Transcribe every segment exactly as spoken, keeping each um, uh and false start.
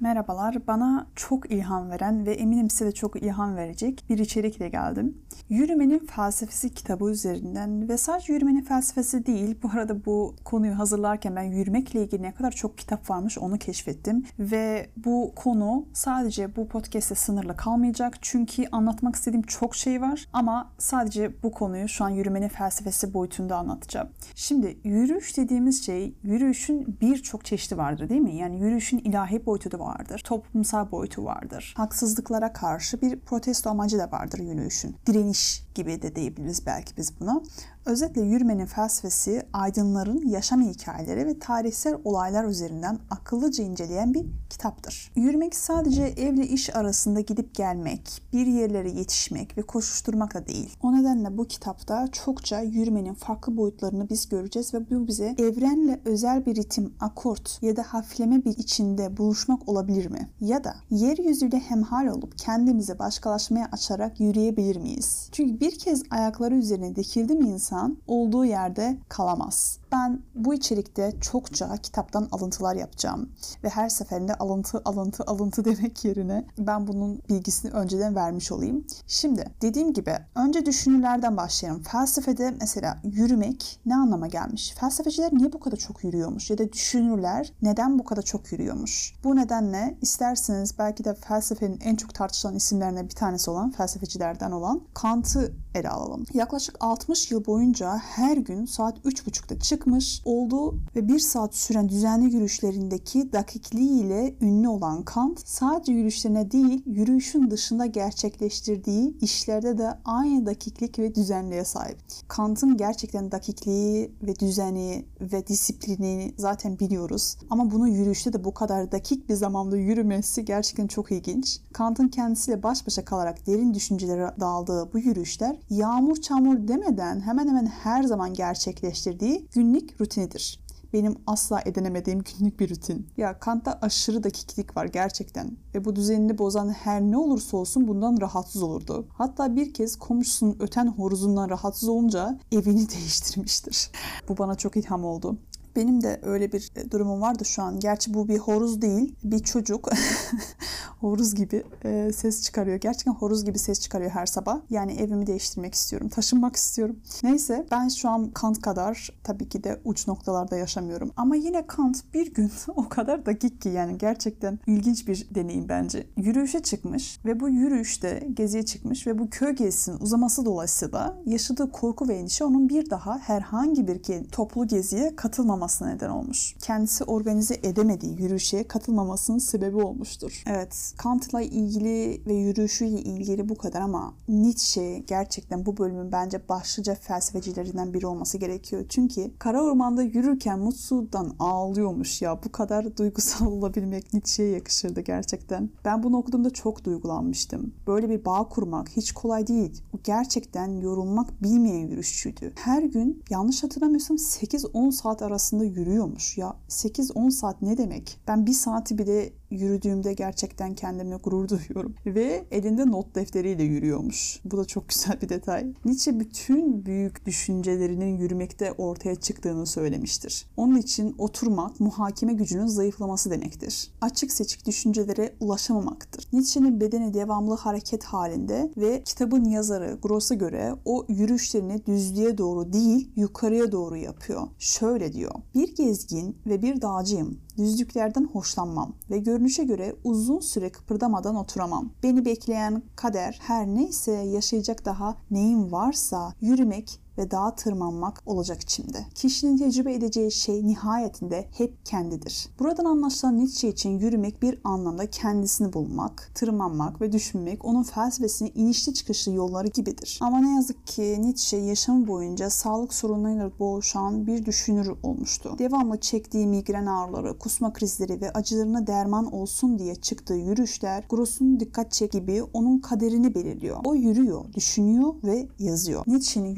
Merhabalar, bana çok ilham veren ve eminim size de çok ilham verecek bir içerikle geldim. Yürümenin Felsefesi kitabı üzerinden ve sadece yürümenin felsefesi değil, bu arada bu konuyu hazırlarken ben yürümekle ilgili ne kadar çok kitap varmış onu keşfettim. Ve bu konu sadece bu podcast'te sınırlı kalmayacak çünkü anlatmak istediğim çok şey var ama sadece bu konuyu şu an yürümenin felsefesi boyutunda anlatacağım. Şimdi yürüyüş dediğimiz şey, yürüyüşün birçok çeşidi vardır değil mi? Yani yürüyüşün ilahi boyutu da vardır, toplumsal boyutu vardır. Haksızlıklara karşı bir protesto amacı da vardır yürüyüşün. Direniş gibi de diyebiliriz belki biz buna. Özetle yürümenin felsefesi aydınların yaşam hikayeleri ve tarihsel olaylar üzerinden akıllıca inceleyen bir kitaptır. Yürümek sadece evle iş arasında gidip gelmek, bir yerlere yetişmek ve koşuşturmak da değil. O nedenle bu kitapta çokça yürümenin farklı boyutlarını biz göreceğiz ve bu bize evrenle özel bir ritim, akort ya da hafifleme bir içinde buluşmak olabilir mi? Ya da yeryüzüyle hemhal olup kendimizi başkalaşmaya açarak yürüyebilir miyiz? Çünkü bir kez ayakları üzerine dikildi mi insan olduğu yerde kalamaz. Ben bu içerikte çokça kitaptan alıntılar yapacağım ve her seferinde alıntı alıntı alıntı demek yerine ben bunun bilgisini önceden vermiş olayım. Şimdi dediğim gibi önce düşünürlerden başlayalım. Felsefede mesela yürümek ne anlama gelmiş? Felsefeciler niye bu kadar çok yürüyormuş? Ya da düşünürler neden bu kadar çok yürüyormuş? Bu nedenle isterseniz belki de felsefenin en çok tartışılan isimlerine bir tanesi olan felsefecilerden olan Kant'ı ele alalım. Yaklaşık altmış yıl boyunca her gün saat üç buçukta çıkmış olduğu ve bir saat süren düzenli yürüyüşlerindeki dakikliğiyle ünlü olan Kant, sadece yürüyüşlerine değil, yürüyüşün dışında gerçekleştirdiği işlerde de aynı dakiklik ve düzenliğe sahip. Kant'ın gerçekten dakikliği ve düzeni ve disiplini zaten biliyoruz. Ama bunu yürüyüşte de bu kadar dakik bir zamanda yürümesi gerçekten çok ilginç. Kant'ın kendisiyle baş başa kalarak derin düşüncelere daldığı bu yürüyüşler yağmur çamur demeden hemen hemen her zaman gerçekleştirdiği günlük rutinidir. Benim asla edinemediğim günlük bir rutin. Ya Kant'ta aşırı dakiklik var gerçekten. Ve bu düzenini bozan her ne olursa olsun bundan rahatsız olurdu. Hatta bir kez komşusunun öten horozundan rahatsız olunca evini değiştirmiştir. Bu bana çok ilham oldu. Benim de öyle bir durumum vardı şu an. Gerçi bu bir horoz değil, bir çocuk horoz gibi e, ses çıkarıyor. Gerçekten horoz gibi ses çıkarıyor her sabah. Yani evimi değiştirmek istiyorum, taşınmak istiyorum. Neyse ben şu an Kant kadar tabii ki de uç noktalarda yaşamıyorum. Ama yine Kant bir gün o kadar dakik ki yani gerçekten ilginç bir deneyim bence. Yürüyüşe çıkmış ve bu yürüyüşte geziye çıkmış ve bu köy gezisinin uzaması dolayısıyla yaşadığı korku ve endişe onun bir daha herhangi bir toplu geziye katılmaması neden olmuş. Kendisi organize edemediği yürüyüşe katılmamasının sebebi olmuştur. Evet, Kant'la ilgili ve yürüyüşüyle ilgili bu kadar ama Nietzsche gerçekten bu bölümün bence başlıca felsefecilerinden biri olması gerekiyor. Çünkü kara ormanda yürürken mutsuzluktan ağlıyormuş ya. Bu kadar duygusal olabilmek Nietzsche'ye yakışırdı gerçekten. Ben bunu okuduğumda çok duygulanmıştım. Böyle bir bağ kurmak hiç kolay değil. Bu gerçekten yorulmak bilmeyen yürüyüşçüydü. Her gün yanlış hatırlamıyorsam sekiz on saat arasında yürüyormuş. Ya sekiz on saat ne demek? Ben bir saati bile yürüdüğümde gerçekten kendimle gurur duyuyorum. Ve elinde not defteriyle yürüyormuş. Bu da çok güzel bir detay. Nietzsche bütün büyük düşüncelerinin yürümekte ortaya çıktığını söylemiştir. Onun için oturmak muhakeme gücünün zayıflaması demektir. Açık seçik düşüncelere ulaşamamaktır. Nietzsche'nin bedeni devamlı hareket halinde ve kitabın yazarı Gross'a göre o yürüyüşlerini düzlüğe doğru değil yukarıya doğru yapıyor. Şöyle diyor. Bir gezgin ve bir dağcıyım. Düzlüklerden hoşlanmam ve görünüşe göre uzun süre kıpırdamadan oturamam. Beni bekleyen kader her neyse yaşayacak daha neyim varsa yürümek ve dağa tırmanmak olacak içimde. Kişinin tecrübe edeceği şey nihayetinde hep kendidir. Buradan anlaşılan Nietzsche için yürümek bir anlamda kendisini bulmak, tırmanmak ve düşünmek onun felsefesinin inişli çıkışlı yolları gibidir. Ama ne yazık ki Nietzsche yaşamı boyunca sağlık sorunlarıyla boğuşan bir düşünür olmuştu. Devamlı çektiği migren ağrıları, kusma krizleri ve acılarına derman olsun diye çıktığı yürüyüşler Gross'un dikkat çek gibi onun kaderini belirliyor. O yürüyor, düşünüyor ve yazıyor. Nietzsche'nin yürüyüşleri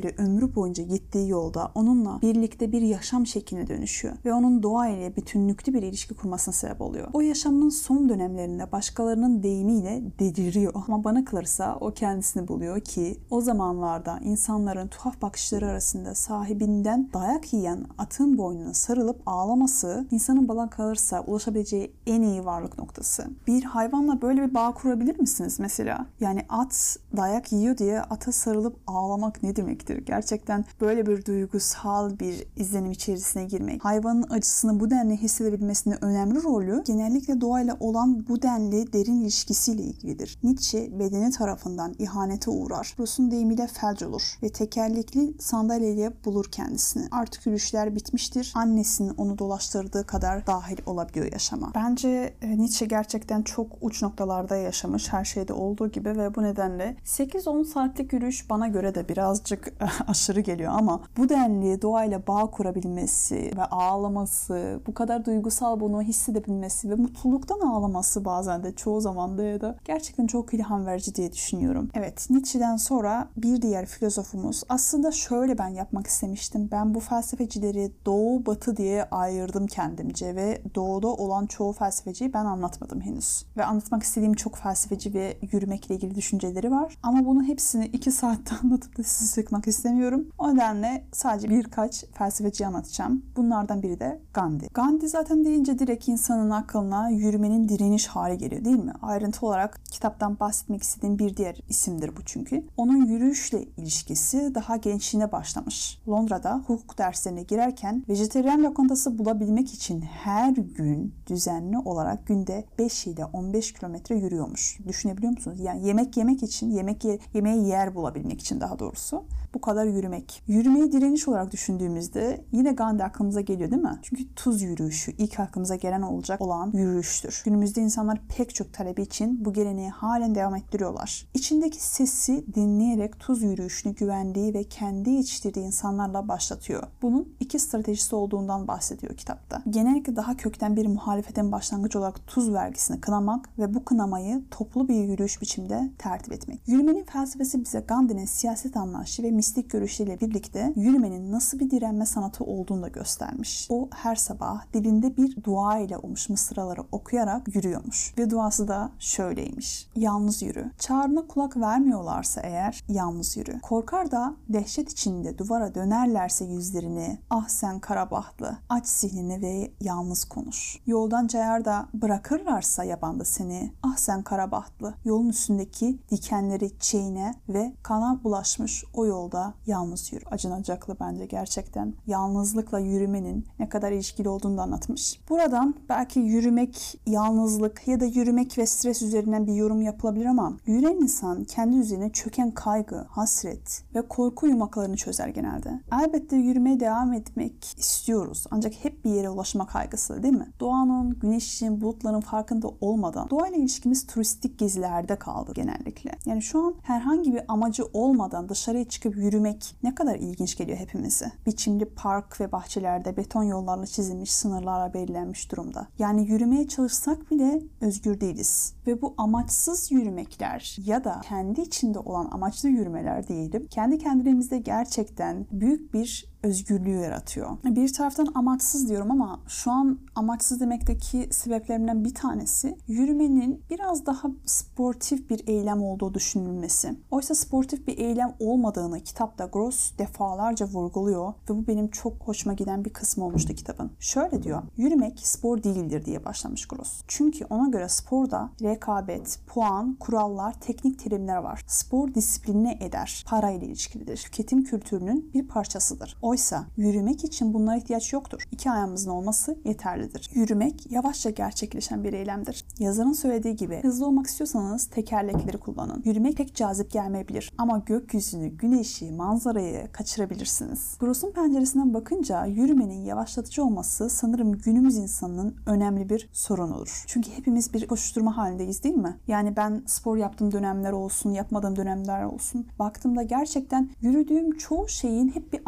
üzere ömrü boyunca gittiği yolda onunla birlikte bir yaşam şekline dönüşüyor ve onun doğa ile bütünlüklü bir ilişki kurmasına sebep oluyor. O yaşamının son dönemlerinde başkalarının deyimiyle deliriyor. Ama bana kalırsa o kendisini buluyor ki o zamanlarda insanların tuhaf bakışları arasında sahibinden dayak yiyen atın boynuna sarılıp ağlaması insanın bana kalırsa ulaşabileceği en iyi varlık noktası. Bir hayvanla böyle bir bağ kurabilir misiniz mesela? Yani at dayak yiyor diye ata sarılıp ağlamak ne demektir? Gerçekten böyle bir duygusal bir izlenim içerisine girmek. Hayvanın acısını bu denli hissedebilmesinin önemli rolü genellikle doğayla olan bu denli derin ilişkisiyle ilgilidir. Nietzsche bedeni tarafından ihanete uğrar. Rus'un deyimiyle felç olur ve tekerlekli sandalyeyle bulur kendisini. Artık yürüyüşler bitmiştir. Annesinin onu dolaştırdığı kadar dahil olabiliyor yaşama. Bence Nietzsche gerçekten çok uç noktalarda yaşamış, her şeyde olduğu gibi ve bu nedenle sekiz on saatlik yürüyüş bana göre de birazcık aşırı geliyor ama bu denli doğayla bağ kurabilmesi ve ağlaması, bu kadar duygusal bunu hissedebilmesi ve mutluluktan ağlaması bazen de çoğu zaman da, da gerçekten çok ilham verici diye düşünüyorum. Evet, Nietzsche'den sonra bir diğer filozofumuz, aslında şöyle ben yapmak istemiştim. Ben bu felsefecileri doğu batı diye ayırdım kendimce ve doğuda olan çoğu felsefeciyi ben anlatmadım henüz. Ve anlatmak istediğim çok felsefeci ve yürümekle ilgili düşünceleri var. Ama bunu hepsini iki saatte anlatıp da sizi sıkmak istemiyorum. O nedenle sadece birkaç felsefeciyi anlatacağım. Bunlardan biri de Gandhi. Gandhi zaten deyince direkt insanın aklına yürümenin direniş hali geliyor değil mi? Ayrıntı olarak kitaptan bahsetmek istediğim bir diğer isimdir bu çünkü. Onun yürüyüşle ilişkisi daha gençliğine başlamış. Londra'da hukuk derslerine girerken vejetaryen lokantası bulabilmek için her gün düzenli olarak günde beş ile on beş kilometre yürüyormuş. Düşünebiliyor musunuz? Yani yemek yemek için, yemek ye- yemeğe yer bulabilmek için daha doğrusu bu kadar yürümek. Yürümeyi direniş olarak düşündüğümüzde yine Gandhi aklımıza geliyor değil mi? Çünkü tuz yürüyüşü ilk aklımıza gelen olacak olan yürüyüştür. Günümüzde insanlar pek çok talebi için bu geleneği halen devam ettiriyorlar. İçindeki sesi dinleyerek tuz yürüyüşünü güvendiği ve kendi yetiştirdiği insanlarla başlatıyor. Bunun iki stratejisi olduğundan bahsediyor kitapta. Genellikle daha kökten bir muhalefetin başlangıcı olarak tuz vergisini kınamak ve bu kınamayı toplu bir yürüyüş biçimde tertip etmek. Yürümenin felsefesi bize Gandhi'nin siyaset anlayışı ve mistik görüşleriyle birlikte yürümenin nasıl bir direnme sanatı olduğunu da göstermiş. O her sabah dilinde bir dua ile olmuş mısraları okuyarak yürüyormuş. Ve duası da şöyleymiş. Yalnız yürü. Çağrına kulak vermiyorlarsa eğer yalnız yürü. Korkar da dehşet içinde duvara dönerlerse yüzlerini, ah sen karabahtlı, aç zihnini ve yalnız konuş. Yoldan cayar da bırakırlarsa yabanda seni, ah sen karabahtlı, yolun üstündeki dikenleri çiğne ve kana bulaşmış o yolda yalnız yürü. Acınacaklı bence gerçekten. Yalnızlıkla yürümenin ne kadar ilişkili olduğunu da anlatmış. Buradan belki yürümek, yalnızlık ya da yürümek ve stres üzerinden bir yorum yapılabilir ama yürüyen insan kendi üzerine çöken kaygı, hasret ve korku yumaklarını çözer genelde. Elbette yürümeye devam etmek istiyoruz. Ancak hep bir yere ulaşma kaygısı değil mi? Doğanın, güneşin, bulutların farkında olmadan doğayla ilişkimiz turistik gezilerde kaldı genellikle. Yani şu an herhangi bir amacı olmadan dışarıya çıkıp yürümek ne kadar ilginç geliyor hepimize. Biçimli park ve bahçelerde beton yollarla çizilmiş, sınırlarla belirlenmiş durumda. Yani yürümeye çalışsak bile özgür değiliz. Ve bu amaçsız yürümekler ya da kendi içinde olan amaçlı yürümeler diyelim, kendi kendimizde gerçekten büyük bir özgürlüğü yaratıyor. Bir taraftan amaçsız diyorum ama şu an amaçsız demekteki sebeplerimden bir tanesi yürümenin biraz daha sportif bir eylem olduğu düşünülmesi. Oysa sportif bir eylem olmadığını kitapta Gross defalarca vurguluyor ve bu benim çok hoşuma giden bir kısmı olmuştu kitabın. Şöyle diyor, yürümek spor değildir diye başlamış Gross. Çünkü ona göre sporda rekabet, puan, kurallar, teknik terimler var. Spor disipline eder, parayla ilişkilidir. Tüketim kültürünün bir parçasıdır. Oysa yürümek için bunlara ihtiyaç yoktur. İki ayağımızın olması yeterlidir. Yürümek yavaşça gerçekleşen bir eylemdir. Yazarın söylediği gibi hızlı olmak istiyorsanız tekerlekleri kullanın. Yürümek pek cazip gelmeyebilir ama gökyüzünü, güneşi, manzarayı kaçırabilirsiniz. Gross'un penceresinden bakınca yürümenin yavaşlatıcı olması sanırım günümüz insanının önemli bir sorunudur. Çünkü hepimiz bir koşuşturma halindeyiz değil mi? Yani ben spor yaptığım dönemler olsun, yapmadığım dönemler olsun. Baktığımda gerçekten yürüdüğüm çoğu şeyin hep bir amaç halinde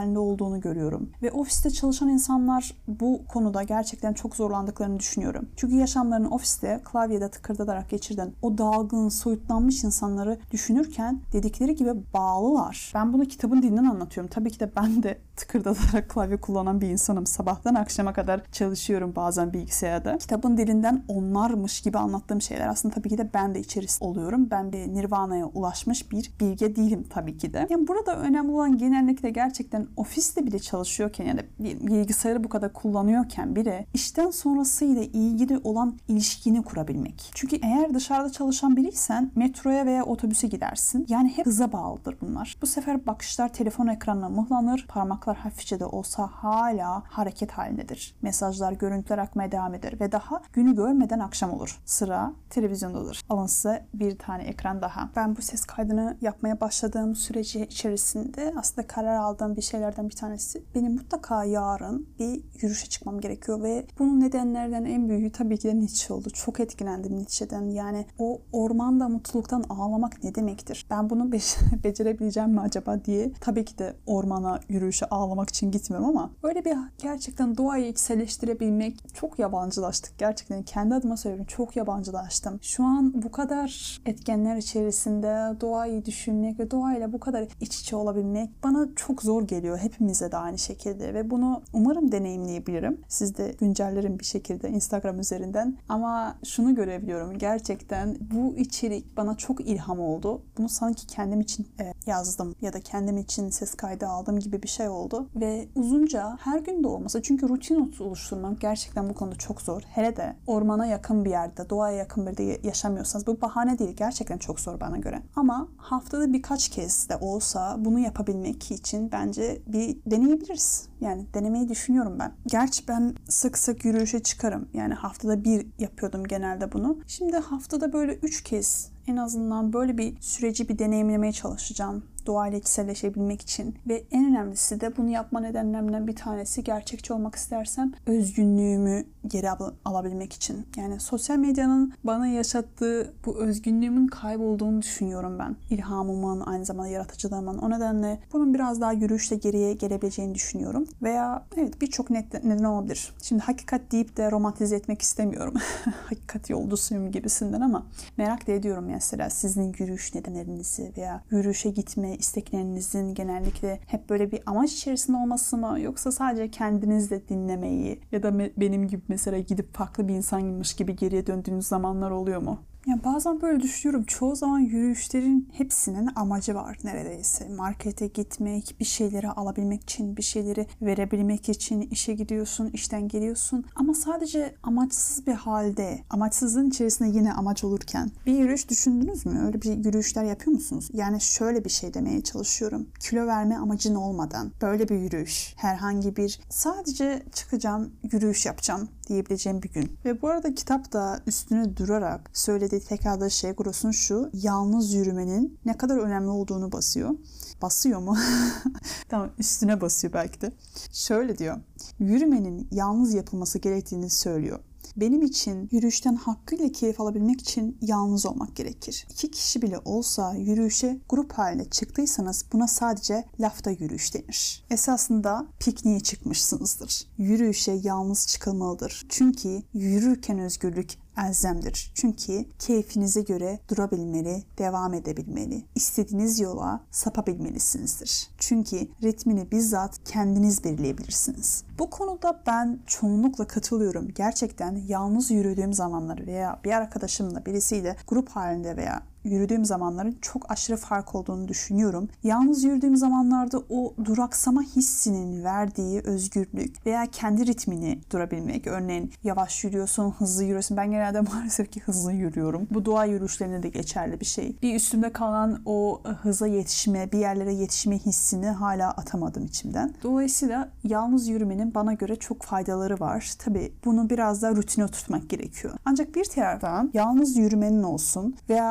halinde olduğunu görüyorum. Ve ofiste çalışan insanlar bu konuda gerçekten çok zorlandıklarını düşünüyorum. Çünkü yaşamlarını ofiste klavyede tıkırdatarak geçirden o dalgın, soyutlanmış insanları düşünürken dedikleri gibi bağlılar. Ben bunu kitabın dilinden anlatıyorum. Tabii ki de ben de tıkırdatarak klavye kullanan bir insanım. Sabahtan akşama kadar çalışıyorum bazen bilgisayarda. Kitabın dilinden onlarmış gibi anlattığım şeyler aslında tabii ki de ben de içerisinde oluyorum. Ben bir nirvana'ya ulaşmış bir bilge değilim tabii ki de. Yani burada önemli olan genellikle gerçekten ofiste bile çalışıyorken yani bilgisayarı bu kadar kullanıyorken bile işten sonrasıyla ilgili olan ilişkini kurabilmek. Çünkü eğer dışarıda çalışan biriysen metroya veya otobüse gidersin. Yani hep hıza bağlıdır bunlar. Bu sefer bakışlar telefon ekranına mıhlanır. Parmaklar hafifçe de olsa hala hareket halindedir. Mesajlar, görüntüler akmaya devam eder ve daha günü görmeden akşam olur. Sıra televizyondadır. Alın size bir tane ekran daha. Ben bu ses kaydını yapmaya başladığım süreci içerisinde aslında karar aldığım bir şeylerden bir tanesi. Benim mutlaka yarın bir yürüyüşe çıkmam gerekiyor ve bunun nedenlerden en büyüğü tabii ki de Nietzsche oldu. Çok etkilendim Nietzsche'den. Yani o ormanda mutluluktan ağlamak ne demektir? Ben bunu be- becerebileceğim mi acaba diye tabii ki de ormana yürüyüşe ağlamak için gitmiyorum ama öyle bir gerçekten doğayı içselleştirebilmek çok yabancılaştık. Gerçekten kendi adıma söylüyorum çok yabancılaştım. Şu an bu kadar etkenler içerisinde doğayı düşünmek ve doğayla bu kadar iç içe olabilmek bana çok zor geliyor. Hepimize de aynı şekilde ve bunu umarım deneyimleyebilirim. Siz de güncellerin bir şekilde Instagram üzerinden. Ama şunu görebiliyorum. Gerçekten bu içerik bana çok ilham oldu. Bunu sanki kendim için e, yazdım ya da kendim için ses kaydı aldım gibi bir şey oldu. Ve uzunca her gün de olmasa çünkü rutin oluşturmak gerçekten bu konuda çok zor. Hele de ormana yakın bir yerde, doğaya yakın bir yerde yaşamıyorsanız bu bahane değil. Gerçekten çok zor bana göre. Ama haftada birkaç kez de olsa bunu yapabilmek için bence bir deneyebiliriz. Yani denemeyi düşünüyorum ben. Gerçi ben sık sık yürüyüşe çıkarım. Yani haftada bir yapıyordum genelde bunu. Şimdi haftada böyle üç kez en azından böyle bir süreci bir deneyimlemeye çalışacağım. Doğayla içselleşebilmek için. Ve en önemlisi de bunu yapma nedenlerimden bir tanesi gerçekçi olmak istersem özgünlüğümü geri al- alabilmek için. Yani sosyal medyanın bana yaşattığı bu özgünlüğümün kaybolduğunu düşünüyorum ben. İlhamımın, aynı zamanda yaratıcılığımın. O nedenle bunun biraz daha yürüyüşle geriye gelebileceğini düşünüyorum. Veya evet birçok net- neden olabilir. Şimdi hakikat deyip de romantize etmek istemiyorum. Hakikat yolcusuyum gibisinden ama merak da ediyorum mesela sizin yürüyüş nedenlerinizi veya yürüyüşe gitme isteklerinizin genellikle hep böyle bir amaç içerisinde olması mı yoksa sadece kendinizle dinlemeyi ya da me- benim gibi mesela gidip farklı bir insanmış gibi geriye döndüğünüz zamanlar oluyor mu? Ya bazen böyle düşünüyorum. Çoğu zaman yürüyüşlerin hepsinin amacı var neredeyse. Markete gitmek, bir şeyleri alabilmek için, bir şeyleri verebilmek için işe gidiyorsun, işten geliyorsun. Ama sadece amaçsız bir halde, amaçsızlığın içerisinde yine amaç olurken bir yürüyüş düşündünüz mü? Öyle bir yürüyüşler yapıyor musunuz? Yani şöyle bir şey demeye çalışıyorum. Kilo verme amacın olmadan böyle bir yürüyüş, herhangi bir sadece çıkacağım, yürüyüş yapacağım diyebileceğim bir gün. Ve bu arada kitap da üstüne durarak söylediği tekrarda şey Gross'un şu yalnız yürümenin ne kadar önemli olduğunu basıyor. Basıyor mu? Tamam üstüne basıyor belki de. Şöyle diyor. Yürümenin yalnız yapılması gerektiğini söylüyor. Benim için yürüyüşten hakkıyla keyif alabilmek için yalnız olmak gerekir. İki kişi bile olsa yürüyüşe grup haline çıktıysanız buna sadece lafta yürüyüş denir. Esasında pikniğe çıkmışsınızdır. Yürüyüşe yalnız çıkılmalıdır. Çünkü yürürken özgürlük elzemdir. Çünkü keyfinize göre durabilmeli, devam edebilmeli. İstediğiniz yola sapabilmelisinizdir. Çünkü ritmini bizzat kendiniz belirleyebilirsiniz. Bu konuda ben çoğunlukla katılıyorum. Gerçekten yalnız yürüdüğüm zamanları veya bir arkadaşımla birisiyle grup halinde veya yürüdüğüm zamanların çok aşırı fark olduğunu düşünüyorum. Yalnız yürüdüğüm zamanlarda o duraksama hissinin verdiği özgürlük veya kendi ritmini durabilmek. Örneğin yavaş yürüyorsun, hızlı yürüyorsun. Ben genelde maalesef ki hızlı yürüyorum. Bu doğa yürüyüşlerinde de geçerli bir şey. Bir üstümde kalan o hıza yetişme, bir yerlere yetişme hissini hala atamadım içimden. Dolayısıyla yalnız yürümenin bana göre çok faydaları var. Tabii bunu biraz daha rutine oturtmak gerekiyor. Ancak bir taraftan yalnız yürümenin olsun veya bir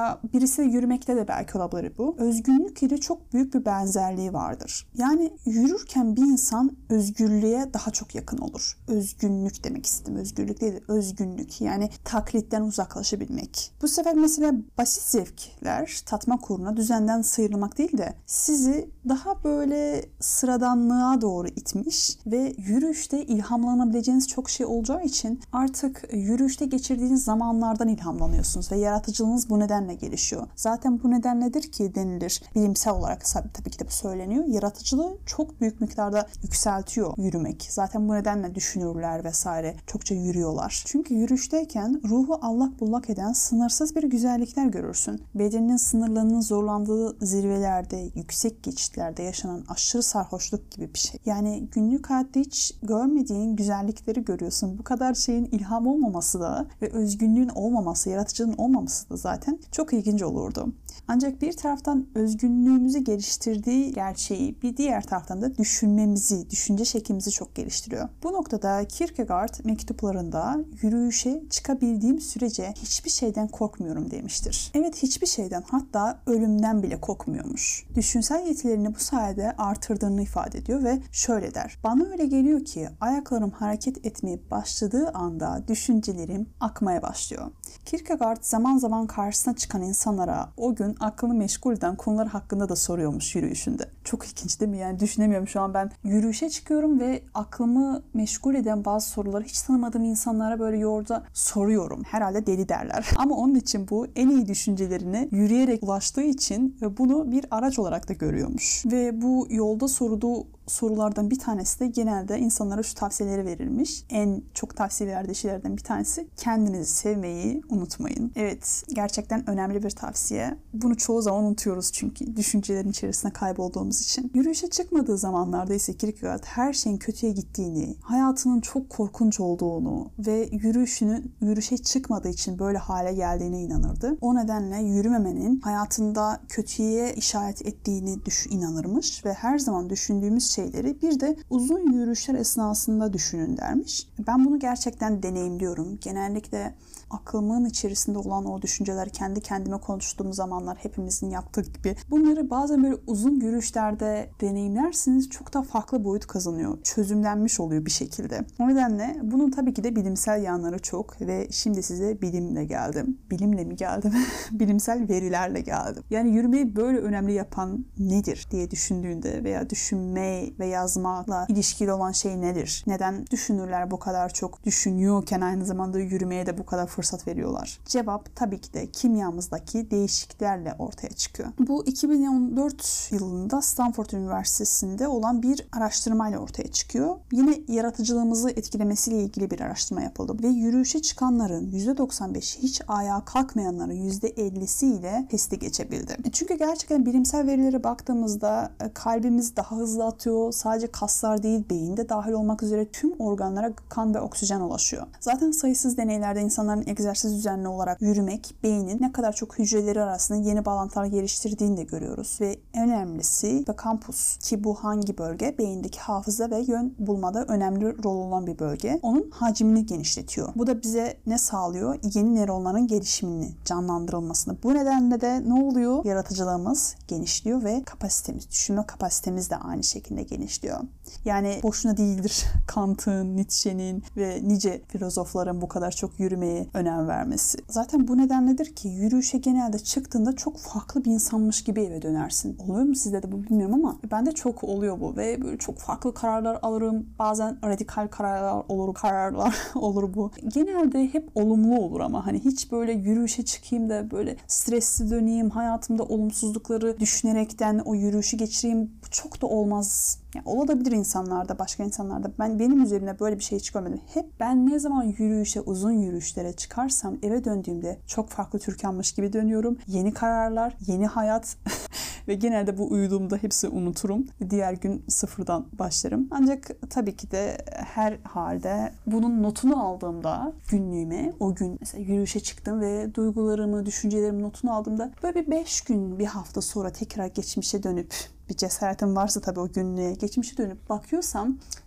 Birisi yürümekte de belki olabilir bu. Özgünlük ile çok büyük bir benzerliği vardır. Yani yürürken bir insan özgürlüğe daha çok yakın olur. Özgünlük demek istedim. Özgürlük değil de özgünlük. Yani taklitten uzaklaşabilmek. Bu sefer mesela basit zevkler tatmak uğruna düzenden sıyrılmak değil de sizi daha böyle sıradanlığa doğru itmiş ve yürüyüşte ilhamlanabileceğiniz çok şey olacağı için artık yürüyüşte geçirdiğiniz zamanlardan ilhamlanıyorsunuz ve yaratıcılığınız bu nedenle gelişiyor. Zaten bu nedenledir ki denilir, bilimsel olarak tabii ki de bu söyleniyor. Yaratıcılığı çok büyük miktarda yükseltiyor yürümek. Zaten bu nedenle düşünürler vesaire çokça yürüyorlar. Çünkü yürüyüşteyken ruhu allak bullak eden sınırsız bir güzellikler görürsün. Bedeninin sınırlarının zorlandığı zirvelerde, yüksek geçitlerde yaşanan aşırı sarhoşluk gibi bir şey. Yani günlük hayatta hiç görmediğin güzellikleri görüyorsun. Bu kadar şeyin ilham olmaması da ve özgünlüğün olmaması, yaratıcılığın olmaması da zaten çok ilginç olurdu. Ancak bir taraftan özgünlüğümüzü geliştirdiği gerçeği bir diğer taraftan da düşünmemizi, düşünce şeklimizi çok geliştiriyor. Bu noktada Kierkegaard mektuplarında yürüyüşe çıkabildiğim sürece hiçbir şeyden korkmuyorum demiştir. Evet, hiçbir şeyden, hatta ölümden bile korkmuyormuş. Düşünsel yetilerini bu sayede artırdığını ifade ediyor ve şöyle der. Bana öyle geliyor ki ayaklarım hareket etmeye başladığı anda düşüncelerim akmaya başlıyor. Kierkegaard zaman zaman karşısına çıkan insanlara o gün aklını meşgul eden konular hakkında da soruyormuş yürüyüşünde. Çok ilginç değil mi? Yani düşünemiyorum şu an, ben yürüyüşe çıkıyorum ve aklımı meşgul eden bazı soruları hiç tanımadığım insanlara böyle yolda soruyorum. Herhalde deli derler. Ama onun için bu en iyi düşüncelerine yürüyerek ulaştığı için bunu bir araç olarak da görüyormuş. Ve bu yolda sorduğu sorulardan bir tanesi de genelde insanlara şu tavsiyeleri verilmiş. En çok tavsiye verdiği şeylerden bir tanesi kendinizi sevmeyi unutmayın. Evet, gerçekten önemli bir tavsiye. Bunu çoğu zaman unutuyoruz çünkü düşüncelerin içerisinde kaybolduğumuz için. Yürüyüşe çıkmadığı zamanlarda ise Kierkegaard her şeyin kötüye gittiğini, hayatının çok korkunç olduğunu ve yürüyüşünün yürüyüşe çıkmadığı için böyle hale geldiğine inanırdı. O nedenle yürümemenin hayatında kötüye işaret ettiğini düş inanırmış ve her zaman düşündüğümüz şeyleri bir de uzun yürüyüşler esnasında düşünün dermiş. Ben bunu gerçekten deneyimliyorum. Genellikle aklımın içerisinde olan o düşünceler kendi kendime konuştuğum zamanlar hepimizin yaptığı gibi. Bunları bazen böyle uzun yürüyüşlerde deneyimlersiniz, çok da farklı boyut kazanıyor. Çözümlenmiş oluyor bir şekilde. O nedenle bunun tabii ki de bilimsel yanları çok ve şimdi size bilimle geldim. Bilimle mi geldim? Bilimsel verilerle geldim. Yani yürümeyi böyle önemli yapan nedir diye düşündüğünde veya düşünme ve yazmakla ilişkili olan şey nedir? Neden düşünürler bu kadar çok düşünüyorken aynı zamanda yürümeye de bu kadar fırsat veriyorlar? Cevap tabii ki de kimyamızdaki değişikliklerle ortaya çıkıyor. Bu iki bin on dört yılında Stanford Üniversitesi'nde olan bir araştırmayla ortaya çıkıyor. Yine yaratıcılığımızı etkilemesiyle ilgili bir araştırma yapıldı ve yürüyüşe çıkanların yüzde doksan beşi hiç ayağa kalkmayanların yüzde ellisi ile testi geçebildi. Çünkü gerçekten bilimsel verilere baktığımızda kalbimiz daha hızlı atıyor. Sadece kaslar değil, beyinde dahil olmak üzere tüm organlara kan ve oksijen ulaşıyor. Zaten sayısız deneylerde insanların egzersiz düzenli olarak yürümek, beynin ne kadar çok hücreleri arasında yeni bağlantılar geliştirdiğini de görüyoruz. Ve en önemlisi hippokampus, ki bu hangi bölge? Beyindeki hafıza ve yön bulmada önemli rol olan bir bölge. Onun hacmini genişletiyor. Bu da bize ne sağlıyor? Yeni nöronların gelişimini, canlandırılmasını. Bu nedenle de ne oluyor? Yaratıcılığımız genişliyor ve kapasitemiz, düşünme kapasitemiz de aynı şekilde genişliyor. Yani boşuna değildir Kant'ın, Nietzsche'nin ve nice filozofların bu kadar çok yürümeye önem vermesi. Zaten bu nedenledir ki yürüyüşe genelde çıktığında çok farklı bir insanmış gibi eve dönersin. Oluyor mu sizde de bu bilmiyorum ama bende çok oluyor bu ve böyle çok farklı kararlar alırım. Bazen radikal kararlar olur, kararlar olur bu. Genelde hep olumlu olur ama hani hiç böyle yürüyüşe çıkayım da böyle stresli döneyim, hayatımda olumsuzlukları düşünerekten o yürüyüşü geçireyim, bu çok da olmaz. Yani olabilir insanlarda, başka insanlarda. Ben benim üzerimde böyle bir şey hiç görmedim. Hep ben ne zaman yürüyüşe, uzun yürüyüşlere çıkarsam eve döndüğümde çok farklı Türkanmış gibi dönüyorum. Yeni kararlar, yeni hayat ve genelde bu uyuduğumda hepsi unuturum. Diğer gün sıfırdan başlarım. Ancak tabii ki de her halde bunun notunu aldığımda günlüğüme, o gün mesela yürüyüşe çıktım ve duygularımı, düşüncelerimi notunu aldığımda böyle bir beş gün, bir hafta sonra tekrar geçmişe dönüp bir cesaretim varsa tabii o günlüğe geçmişe dönüp bakıyorsam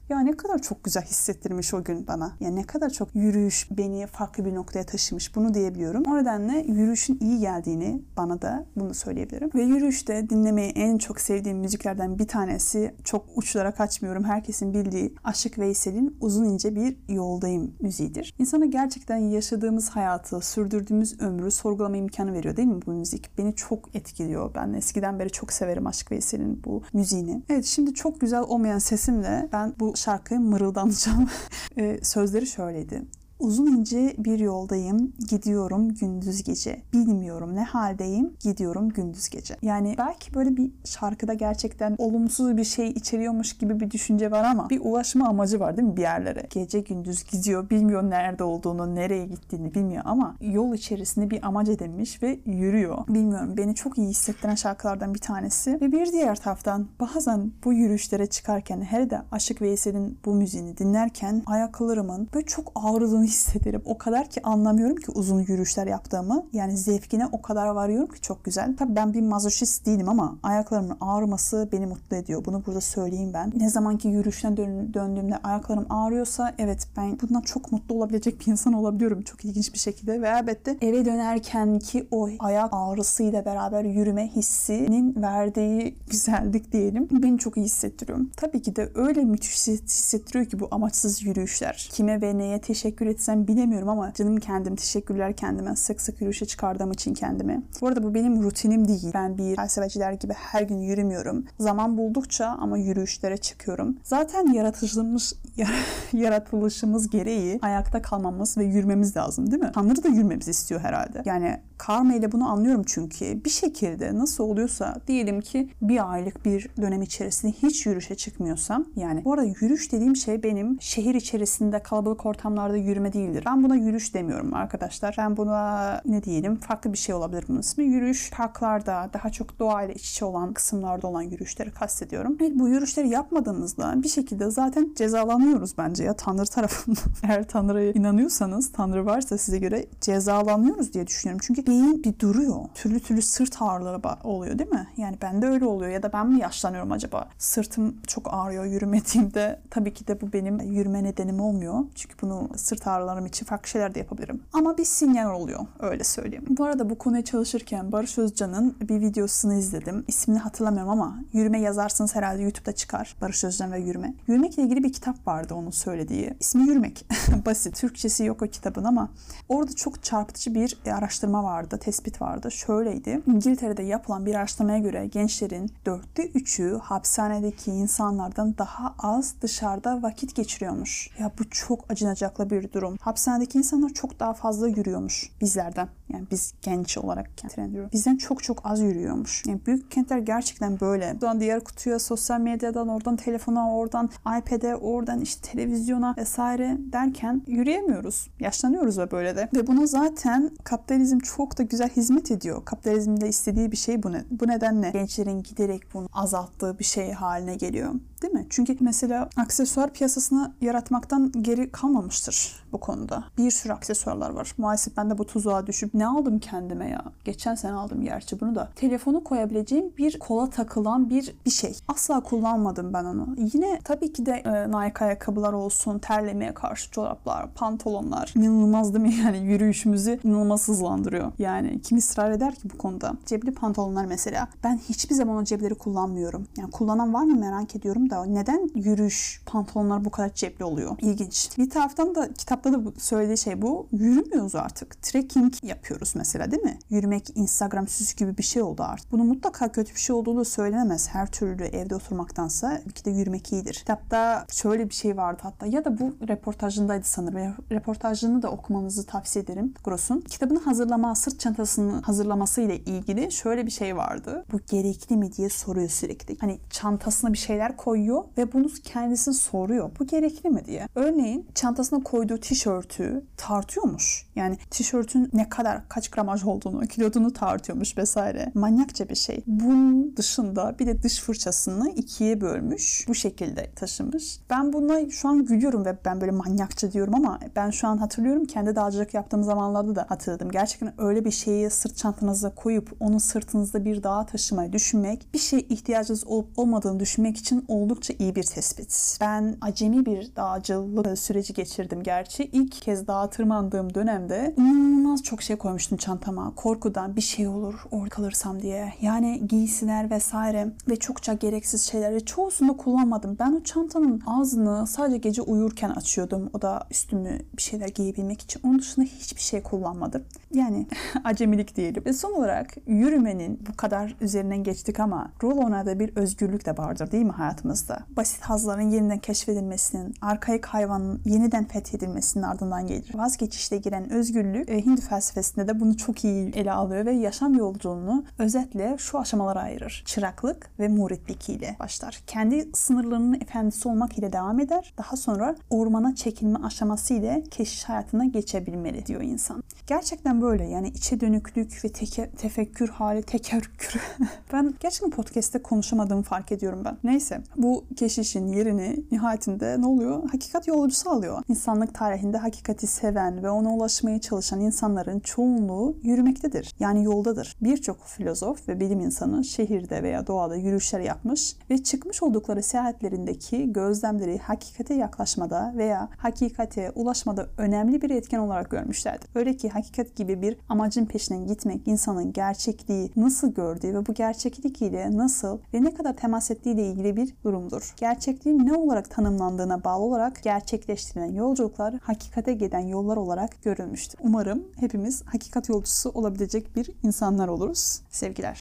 Ya ne kadar çok güzel hissettirmiş o gün bana. Yani ne kadar çok yürüyüş beni farklı bir noktaya taşımış. Bunu diyebiliyorum. O nedenle yürüyüşün iyi geldiğini bana da bunu söyleyebilirim. Ve yürüyüşte dinlemeyi en çok sevdiğim müziklerden bir tanesi, çok uçlara kaçmıyorum, herkesin bildiği Aşık Veysel'in Uzun İnce Bir Yoldayım müziğidir. İnsana gerçekten yaşadığımız hayatı, sürdürdüğümüz ömrü sorgulama imkanı veriyor değil mi bu müzik? Beni çok etkiliyor. Ben eskiden beri çok severim Aşık Veysel'in bu müziğini. Evet, şimdi çok güzel olmayan sesimle ben bu şarkıyı mırıldanacağım. ee, sözleri şöyleydi. Uzun ince bir yoldayım, gidiyorum gündüz gece. Bilmiyorum ne haldeyim, gidiyorum gündüz gece. Yani belki böyle bir şarkıda gerçekten olumsuz bir şey içeriyormuş gibi bir düşünce var ama bir ulaşma amacı var değil mi bir yerlere? Gece gündüz gidiyor, bilmiyor nerede olduğunu, nereye gittiğini bilmiyor ama yol içerisinde bir amaç edinmiş ve yürüyor. Bilmiyorum, beni çok iyi hissettiren şarkılardan bir tanesi. Ve bir diğer taraftan bazen bu yürüyüşlere çıkarken, hele de Aşık Veysel'in bu müziğini dinlerken ayaklarımın böyle çok ağrıdığını hissederim. O kadar ki anlamıyorum ki uzun yürüyüşler yaptığımı. Yani zevkine o kadar varıyorum ki çok güzel. Tabii ben bir mazoşist değilim ama ayaklarımın ağrıması beni mutlu ediyor. Bunu burada söyleyeyim ben. Ne zamanki yürüyüşten dön- döndüğümde ayaklarım ağrıyorsa evet, ben bundan çok mutlu olabilecek bir insan olabiliyorum. Çok ilginç bir şekilde ve elbette eve dönerken ki o ayak ağrısıyla beraber yürüme hissinin verdiği güzellik diyelim, beni çok iyi hissettiriyor. Tabii ki de öyle müthiş hissettiriyor ki bu amaçsız yürüyüşler. Kime ve neye teşekkür etsem bilemiyorum ama canım kendim, teşekkürler kendime. Sık sık yürüyüşe çıkardığım için kendimi. Bu arada bu benim rutinim değil. Ben bir felsefeciler gibi her gün yürümüyorum. Zaman buldukça ama yürüyüşlere çıkıyorum. Zaten yaratılışımız, yaratılışımız gereği ayakta kalmamız ve yürümemiz lazım değil mi? Tanrı da yürümemizi istiyor herhalde. Yani karma ile bunu anlıyorum çünkü bir şekilde nasıl oluyorsa, diyelim ki bir aylık bir dönem içerisinde hiç yürüyüşe çıkmıyorsam, yani bu arada yürüyüş dediğim şey benim şehir içerisinde kalabalık ortamlarda yürüme değildir. Ben buna yürüyüş demiyorum arkadaşlar. Ben buna ne diyelim, farklı bir şey olabilir bunun ismi. Yürüyüş parklarda, daha çok doğayla iç içe olan kısımlarda olan yürüyüşleri kastediyorum. Evet, bu yürüyüşleri yapmadığımızda bir şekilde zaten cezalanıyoruz bence ya Tanrı tarafından. Eğer Tanrı'ya inanıyorsanız, Tanrı varsa size göre cezalanıyoruz diye düşünüyorum. Çünkü beyin bir duruyor. Türlü türlü sırt ağrıları oluyor değil mi? Yani bende öyle oluyor ya da ben mi yaşlanıyorum acaba? Sırtım çok ağrıyor yürümediğimde. Tabii ki de bu benim yürüme nedenim olmuyor. Çünkü bunu sırt ağrılarım için farklı şeyler de yapabilirim. Ama bir sinyal oluyor, öyle söyleyeyim. Bu arada bu konuya çalışırken Barış Özcan'ın bir videosunu izledim. İsmini hatırlamıyorum ama yürüme yazarsınız herhalde YouTube'da çıkar. Barış Özcan ve yürüme. Yürümekle ilgili bir kitap vardı onun söylediği. İsmi Yürümek. Basit. Türkçesi yok o kitabın ama orada çok çarpıtıcı bir araştırma vardı, tespit vardı. Şöyleydi. İngiltere'de yapılan bir araştırmaya göre gençlerin dörtte üçü hapishanedeki insanlardan daha az dışarıda vakit geçiriyormuş. Ya bu çok acınacaklı bir durum. Hapishanedeki insanlar çok daha fazla yürüyormuş bizlerden. Yani biz genç olarak kentlendiriyoruz. Bizden çok çok az yürüyormuş. Yani büyük kentler gerçekten böyle. Buradan diğer kutuya, sosyal medyadan, oradan telefona, oradan iPad'e, oradan işte televizyona vesaire derken yürüyemiyoruz. Yaşlanıyoruz ve böyle de. Ve buna zaten kapitalizm çok da güzel hizmet ediyor. Kapitalizmin de istediği bir şey bu. Ne? Bu nedenle gençlerin giderek bunu azalttığı bir şey haline geliyor. Değil mi? Çünkü mesela aksesuar piyasasını yaratmaktan geri kalmamıştır bu konuda. Bir sürü aksesuarlar var. Maalesef ben de bu tuzağa düşüp ne aldım kendime ya? Geçen sene aldım gerçi bunu da. Telefonu koyabileceğim bir kola takılan bir bir şey. Asla kullanmadım ben onu. Yine tabii ki de e, Nike ayakkabılar olsun, terlemeye karşı çoraplar, pantolonlar. İnanılmaz değil mi? Yani yürüyüşümüzü inanılmaz hızlandırıyor. Yani kim ısrar eder ki bu konuda? Cepli pantolonlar mesela. Ben hiçbir zaman o cepleri kullanmıyorum. Yani kullanan var mı merak ediyorum da neden yürüyüş pantolonlar bu kadar cepli oluyor? İlginç. Bir taraftan da kitapta da bu, söylediği şey bu. Yürümüyoruz artık. Trekking yapıyoruz mesela değil mi? Yürümek Instagram süsü gibi bir şey oldu artık. Bunun mutlaka kötü bir şey olduğu da söylenemez. Her türlü evde oturmaktansa bir de yürümek iyidir. Kitapta şöyle bir şey vardı hatta, ya da bu reportajındaydı sanırım. Reportajını da okumanızı tavsiye ederim Gross'un. Kitabını hazırlama, sırt çantasını hazırlaması ile ilgili şöyle bir şey vardı. Bu gerekli mi diye soruyor sürekli. Hani çantasına bir şeyler koyuyor ve bunu kendisine soruyor. Bu gerekli mi diye. Örneğin çantasına koyduğu tişörtü tartıyormuş. Yani tişörtün ne kadar, kaç gramaj olduğunu, kilodunu tartıyormuş vesaire. Manyakça bir şey. Bunun dışında bir de dış fırçasını ikiye bölmüş. Bu şekilde taşımış. Ben buna şu an gülüyorum ve ben böyle manyakça diyorum ama ben şu an hatırlıyorum. Kendi dağcılık yaptığım zamanlarda da hatırladım. Gerçekten öyle bir şeyi sırt çantanıza koyup onu sırtınızda bir dağa taşımayı düşünmek, bir şeye ihtiyacınız olup olmadığını düşünmek için olduğu oldukça iyi bir tespit. Ben acemi bir dağcılık süreci geçirdim gerçi. İlk kez dağa tırmandığım dönemde inanılmaz çok şey koymuştum çantama. Korkudan bir şey olur orada kalırsam diye. Yani giysiler vesaire ve çokça gereksiz şeyleri çoğusunu da kullanmadım. Ben o çantanın ağzını sadece gece uyurken açıyordum. O da üstümü bir şeyler giyebilmek için. Onun dışında hiçbir şey kullanmadım. Yani acemilik diyelim. Ve son olarak yürümenin bu kadar üzerinden geçtik ama rol onlarda bir özgürlük de vardır değil mi hayatımızda? Basit hazların yeniden keşfedilmesinin, arkaik hayvanın yeniden fethedilmesinin ardından gelir. Vazgeçişte giren özgürlük e, Hindu felsefesinde de bunu çok iyi ele alıyor ve yaşam yolculuğunu özetle şu aşamalara ayırır. Çıraklık ve muritlik ile başlar. Kendi sınırlarının efendisi olmak ile devam eder. Daha sonra ormana çekilme aşaması ile keşiş hayatına geçebilmeli diyor insan. Gerçekten böyle yani içe dönüklük ve teke, tefekkür hali, tekerrür. Ben gerçekten podcast'te konuşamadığımı fark ediyorum ben. Neyse bu keşişin yerini nihayetinde ne oluyor? Hakikat yolcusu alıyor. İnsanlık tarihinde hakikati seven ve ona ulaşmaya çalışan insanların çoğunluğu yürümektedir. Yani yoldadır. Birçok filozof ve bilim insanı şehirde veya doğada yürüyüşler yapmış ve çıkmış oldukları seyahatlerindeki gözlemleri hakikate yaklaşmada veya hakikate ulaşmada önemli bir etken olarak görmüşlerdir. Öyle ki hakikat gibi bir amacın peşinden gitmek insanın gerçekliği nasıl gördüğü ve bu gerçeklik ile nasıl ve ne kadar temas ettiği ile ilgili bir durumdur. Gerçekliğin ne olarak tanımlandığına bağlı olarak gerçekleştirilen yolculuklar hakikate giden yollar olarak görülmüştür. Umarım hepimiz hakikat yolcusu olabilecek bir insanlar oluruz. Sevgiler.